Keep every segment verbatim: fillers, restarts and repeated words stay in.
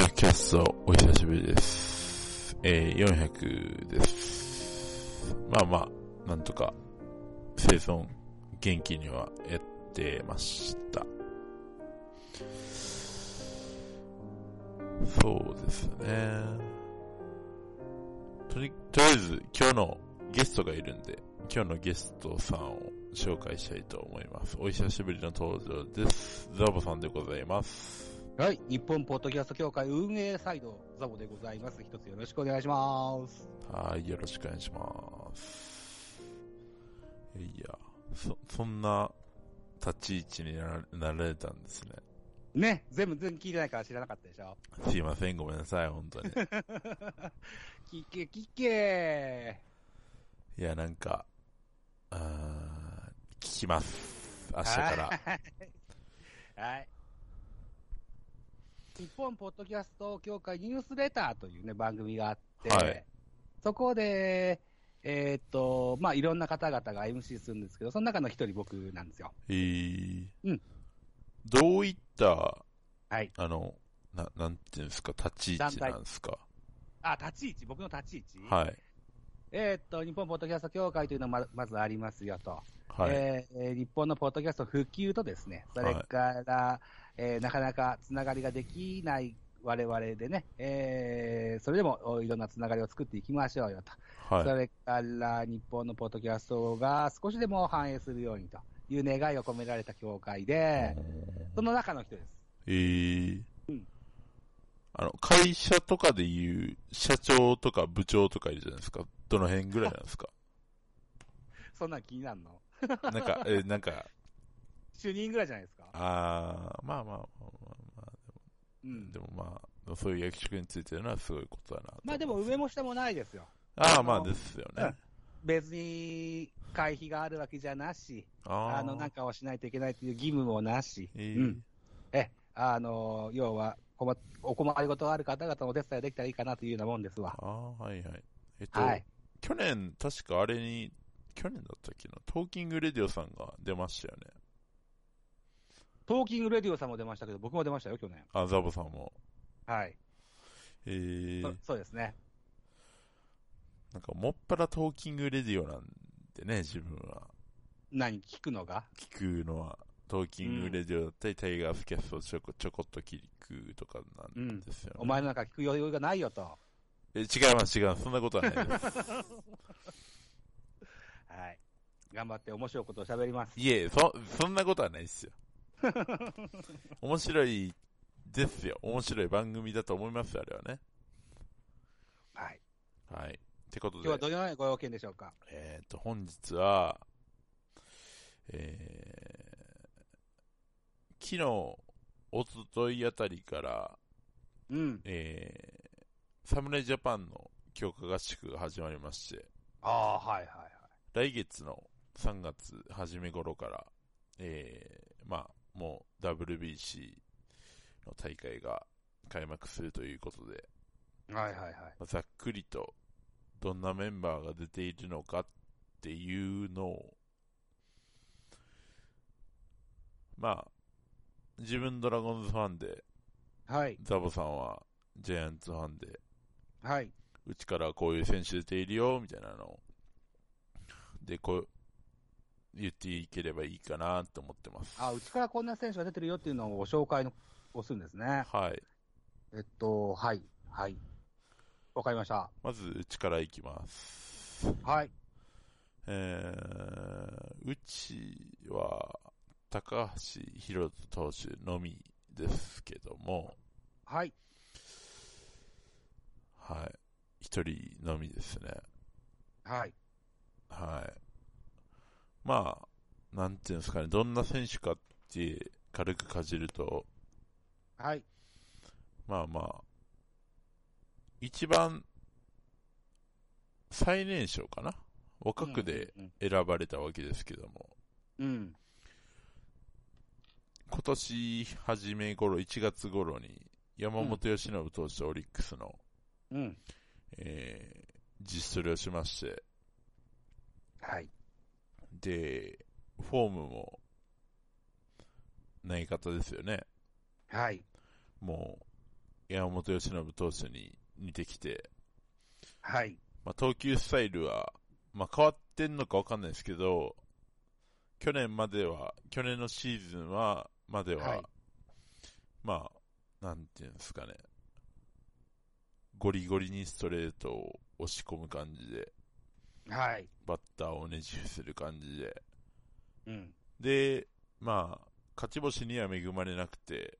ドキャストお久しぶりです。えー、よんひゃくです。まあまあ、なんとか生存元気にはやってました。そうですね。とり、とりあえず今日のゲストがいるんで、今日のゲストさんを紹介したいと思います。お久しぶりの登場です。ザボさんでございます。 はい。日本ポッドキャスト協会運営サイド、ザボでございます。一つよろしくお願いします。 はい、よろしくお願いします。いや、そ、そんな立ち位置になら、なられたんですね。 ね、全部全然聞いてないから知らなかったでしょ。 すいません、ごめんなさい、本当に。 聞け聞けいや、なんか、あー聞きます。明日から。 はい。日本ポッドキャスト協会ニュースレターというね、番組があって、はい、そこで、えー、っと、まあ、いろんな方々が エムシー するんですけど、その中の一人僕なんですよ。 えー、 うん。 どういった、 はい。 あの、な、なんていうんですか、立ち位置なんですか。 あ、立ち位置僕の立ち位置はい。 えー、っと、日本ポッドキャスト協会というのがま、まずありますよと。 はい。 えー、日本のポッドキャスト普及とですね、それから、はい、えー、なかなかつながりができない我々でね、えー、それでもいろんなつながりを作っていきましょうよと。はい。それから日本のポッドキャストが少しでも反映するようにという願いを込められた協会で、その中の人です。 えー。うん。あの、会社とかでいう社長とか部長とかいるじゃないですか。どの辺ぐらいなんですか。 そんなん気になるのなんか、え、なんか。 主任ぐらいじゃないですか。 あー、まあまあまあまあまあ、でも、うん、でもまあ、そういう役職についてるのはすごいことだなと。 まあでも上も下もないですよ。 ああ、まあですよね。うん、 別に会費があるわけじゃなし、あの、なんかをしないといけないという義務もなし、えー、うん。え、あの、要は、お困りごとがある方々のお手伝いできたらいいかなというようなもんですわ。 ああ、はいはい。えっと、 はい、 去年、確かあれに、去年だったっけな、トーキングレディオさんが出ましたよね。 トーキングレディオさんも出ましたけど、僕も出ましたよ、去年。 あ、ザボさんも。 はい。 えー、 そ、そうですね。 なんか、もっぱらトーキングレディオなんでね、自分は。 何、聞くのが聞くのは、トーキングレディオだったり、うん、タイガースキャストをちょこちょこっと聞くとかなんですよね。 うん、お前なんか聞く余裕がないよと。 え、違います違います。そんなことはないです。 はい。頑張って面白いことを喋ります。 いえ、そ、そんなことはないですよ。面白いですよ。面白い番組だと思いますよ、あれはね。 はい。 はい。ってことで。 今日はどのようなご用件でしょうか。 えっと、本日は、えー、昨日、おとといあたりから、 うん。 えー、侍ジャパンの強化合宿が始まりまして。 ああ、はいはいはい。 来月のさんがつ初め頃から、えー、まあ、もう ダブリュービーシー の大会が開幕するということで、 はいはいはい。 ざっくりとどんなメンバーが出ているのかっていうのを、まあ、自分ドラゴンズファンで、 はい。 ザボさんはジャイアンツファンで、 はい。 うちからこういう選手出ているよ、みたいなのを、で、こう、言っていければいいかなと思ってます。 あ、うちからこんな選手が出てるよっていうのを紹介をするんですね。 はい。 えっと、はい。はい。わかりました。 まず、うちからいきます。 はい。 えー、うちは、高橋宏斗投手のみですけども、 はい。 はい。一人のみですね。 はい。 はい。まあ、なんていうんですかね、どんな選手かって軽くかじると、 はい。 まあまあ、一番最年少かな、若くで選ばれたわけですけども、 うん、うんうん、 今年初め頃、いちがつ頃に山本由伸投手とオリックスの、 うん、 えー、自主トレをしまして、 はい。 で、フォームもない方ですよね。 はい。 も山本由伸投手に似てきて、 はい。 まあ、投球スタイルは、まあ、変わってんのかわかんないですけど、去年までは、去年のシーズンは、までは、はい、まあ、なんていうんですかね、ゴリゴリにストレートを押し込む感じで、 はい。 バッターをねじ伏せる感じで、 うん。 で、まあ、勝ち星には恵まれなくて、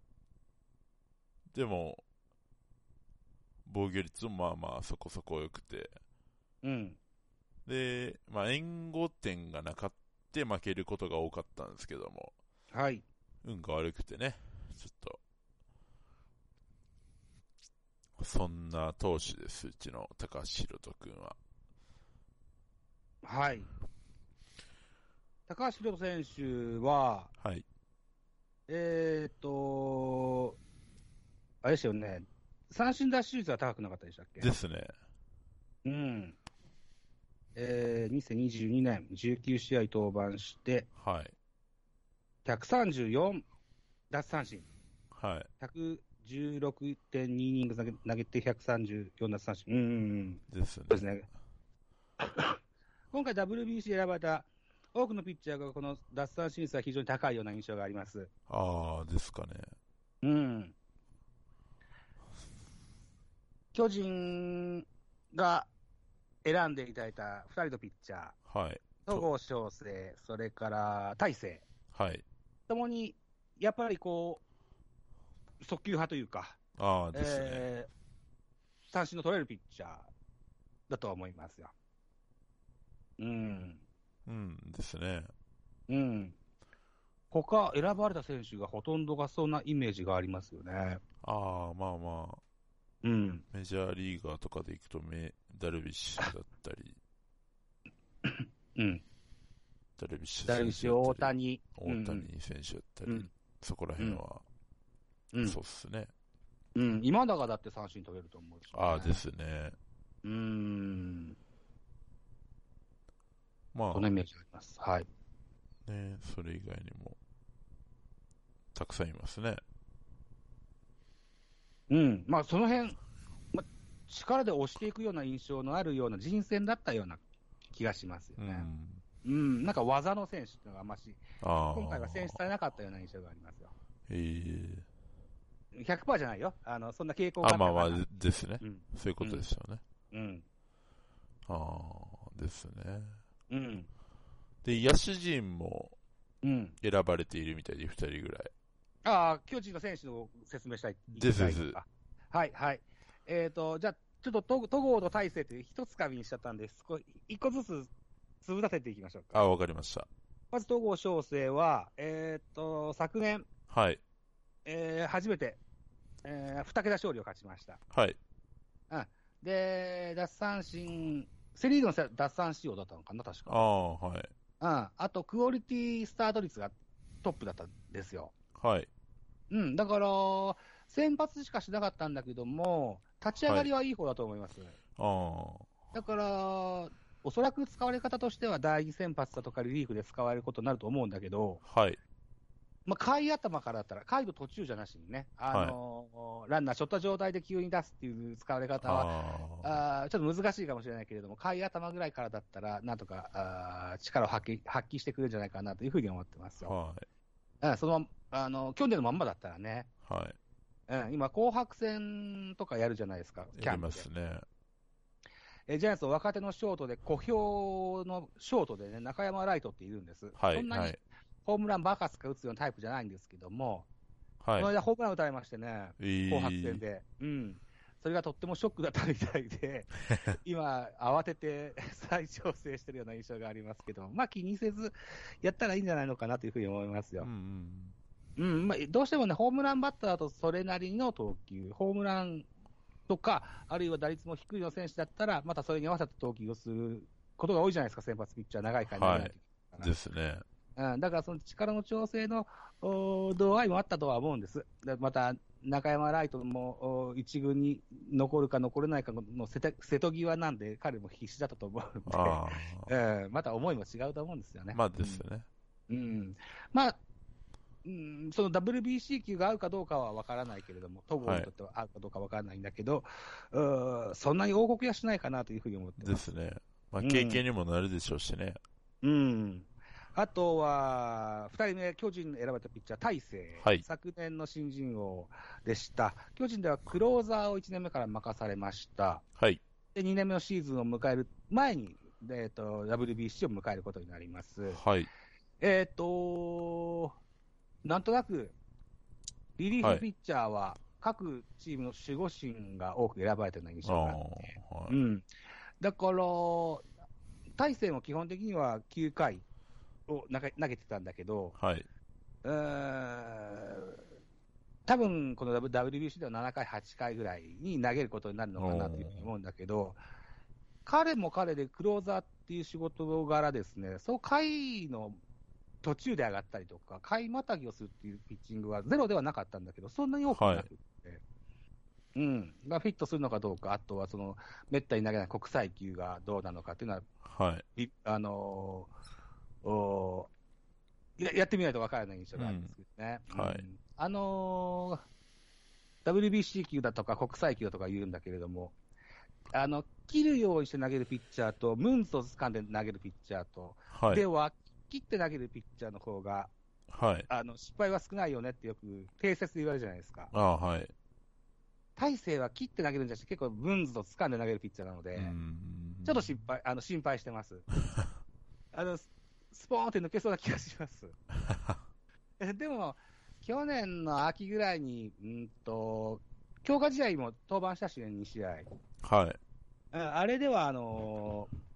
でも、防御率もまあまあそこそこ良くて、 うん。 で、まあ援護点がなかって負けることが多かったんですけども、 はい。 運が悪くてね、ちょっと、そんな投手です、うちの高橋宏斗君は。 はい。高橋宏斗選手は、 はい。 えーっと、あれですよね、三振奪取率は高くなかったでしたっけ？ ですね。 うん。えー、にせんにじゅうにねん、じゅうきゅうしあい登板して、 はい。 ひゃくさんじゅうよん奪三振。 はい。 ひゃくじゅうろくてんにイニング投げ投げてひゃくさんじゅうよん奪三振。うん。 ですね。 そうですね。今回 ダブリュービーシー 選ばれた多くのピッチャーがこの奪三振率は非常に高いような印象があります。 ああ、ですかね。 うん。巨人が選んでいただいたふたりのピッチャー。 はい。 戸郷翔征、それから大勢。 はい。 ともに、やっぱりこう、速球派というか、 ああ、ですね、 えー。三振の取れるピッチャーだとは思いますよ。うん。 うん、ですね。 うん。他、選ばれた選手がほとんどがそんなイメージがありますよね。 ああ、まあまあ。 うん。 メジャーリーガーとかで行くとメ、ダルビッシュだったり。 うん。 ダルビッシュダルビッシュ、大谷。 大谷選手だったり、うん、そこら辺は、 うん、 そうっすね。 うん、今永だって三振取れると思うし、ね。 ああ、ですね。 うーん。 まあ。 そのイメージがあります。はい。 ね、それ以外にも、たくさんいますね。 うん。まあ、その辺、ま、力で押していくような印象のあるような人選だったような気がしますよね。うんうん、なんか技の選手っていうのがあんまし、今回は選出されなかったような印象がありますよ。 へえー。ひゃくパーセント じゃないよ。あの、そんな傾向があったかな。あ、まあまあですね。うん、そういうことですよね。 うん。うん、 ああ、ですね。 うん。 で、野手陣も、選ばれているみたいで、ふたりぐらい。 ああ、巨人の選手の説明したい。 ですです。 はい、はい。えっ、ー、と、じゃあ、ちょっと戸郷と大勢という一つかみにしちゃったんです。これ、一個ずつ粒立てていきましょうか。 あ、わかりました。まず戸郷翔征は、えっ、ー、と、昨年、 はい。 えー、初めて、えー、二桁勝利を勝ちました。 はい。 うん。で、奪三振、セリーグの奪三振王だったのかな、確か。 ああ、はい。 うん。あと、クオリティスタート率がトップだったんですよ。 はい。 うん。だから、先発しかしなかったんだけども、立ち上がりはいい方だと思います。はい、ああ。だから、おそらく使われ方としては、第二先発だとかリリーフで使われることになると思うんだけど、 はい。 まあ、回頭からだったら、回の途中じゃなしにね、あのーはい、ランナー、しょった状態で急に出すっていう使われ方は、ああちょっと難しいかもしれないけれども、回頭ぐらいからだったら、なんとかあ力を発揮発揮してくれるんじゃないかなというふうに思ってますよ。はい、そのあの去年のまんまだったらね、 はいうん、今、紅白戦とかやるじゃないですか、キャンプで。やりますね。 えジャイアンツ若手のショートで、小兵のショートでね、中山ライトっているんです。はい、そんなにホームランばかすか打つようなタイプじゃないんですけども、はい、この間ホームラン打たれましてね、えー、紅白戦で。うん。それがとってもショックだったみたいで、今、慌てて再調整してるような印象がありますけど、まあ気にせずやったらいいんじゃないのかなというふうに思いますよ。うんうん。うん、まあ、どうしてもね、ホームランバッターだとそれなりの投球、ホームランとか、あるいは打率も低いの選手だったら、またそれに合わせた投球をすることが多いじゃないですか、先発ピッチャー、長い回にならないといけないから。 ですね。 うん、だからその力の調整の度合いもあったとは思うんです。でまた、中山ライトも一軍に残るか残れないかの瀬戸際なんで、彼も必死だったと思うので、うん、また思いも違うと思うんですよね。 まあですね。 うん。うん、まあ、 うん、その ダブリュービーシー 級が合うかどうかは分からないけれども、戸郷にとっては合うかどうか分からないんだけど、はい、うそんなに王国はしないかなというふうに思ってます。 ですね。まあ、経験にもなるでしょうしね。 うん。うんあとは、ふたりめ、巨人選ばれたピッチャー、大勢、 はい、昨年の新人王でした。巨人ではクローザーをいちねんめから任されました。 はい、 でにねんめのシーズンを迎える前に、えー、と ダブリュービーシー を迎えることになります。 はい、 えっ、ー、と、なんとなく、リリーフピッチャーは各チームの守護神が多く選ばれている印象があって、はいうん、だから、大勢も基本的にはきゅうかいを投げてたんだけど、 はい、 うーん多分この ダブリュービーシー ではななかい、はちかいぐらいに投げることになるのかなというふうに思うんだけど、彼も彼でクローザーっていう仕事柄ですね、そう回の途中で上がったりとか、回またぎをするっていうピッチングはゼロではなかったんだけど、そんなに多くなくて、はい、うん、がフィットするのかどうか、あとはそのめったに投げない国際球がどうなのかっていうのは、 はい、 あのー、おや, やってみないと分からない印象があるんですけどね。 うんはいうん、あのー、ダブリュービーシー 級だとか国際級だとか言うんだけれども、あの切るようにして投げるピッチャーと、ムンズを掴んで投げるピッチャーと、はい、では切って投げるピッチャーの方が、 はい、 あの失敗は少ないよねってよく定説で言われるじゃないですか。 あはい、 大勢は切って投げるんじゃなくて、結構ムンズと掴んで投げるピッチャーなので、ちょっと心配あの心配してます。あのスポーンって抜けそうな気がします。でも、去年の秋ぐらいに、うんと、強化試合も登板したしね、にしあい。 はい。 あれでは、あの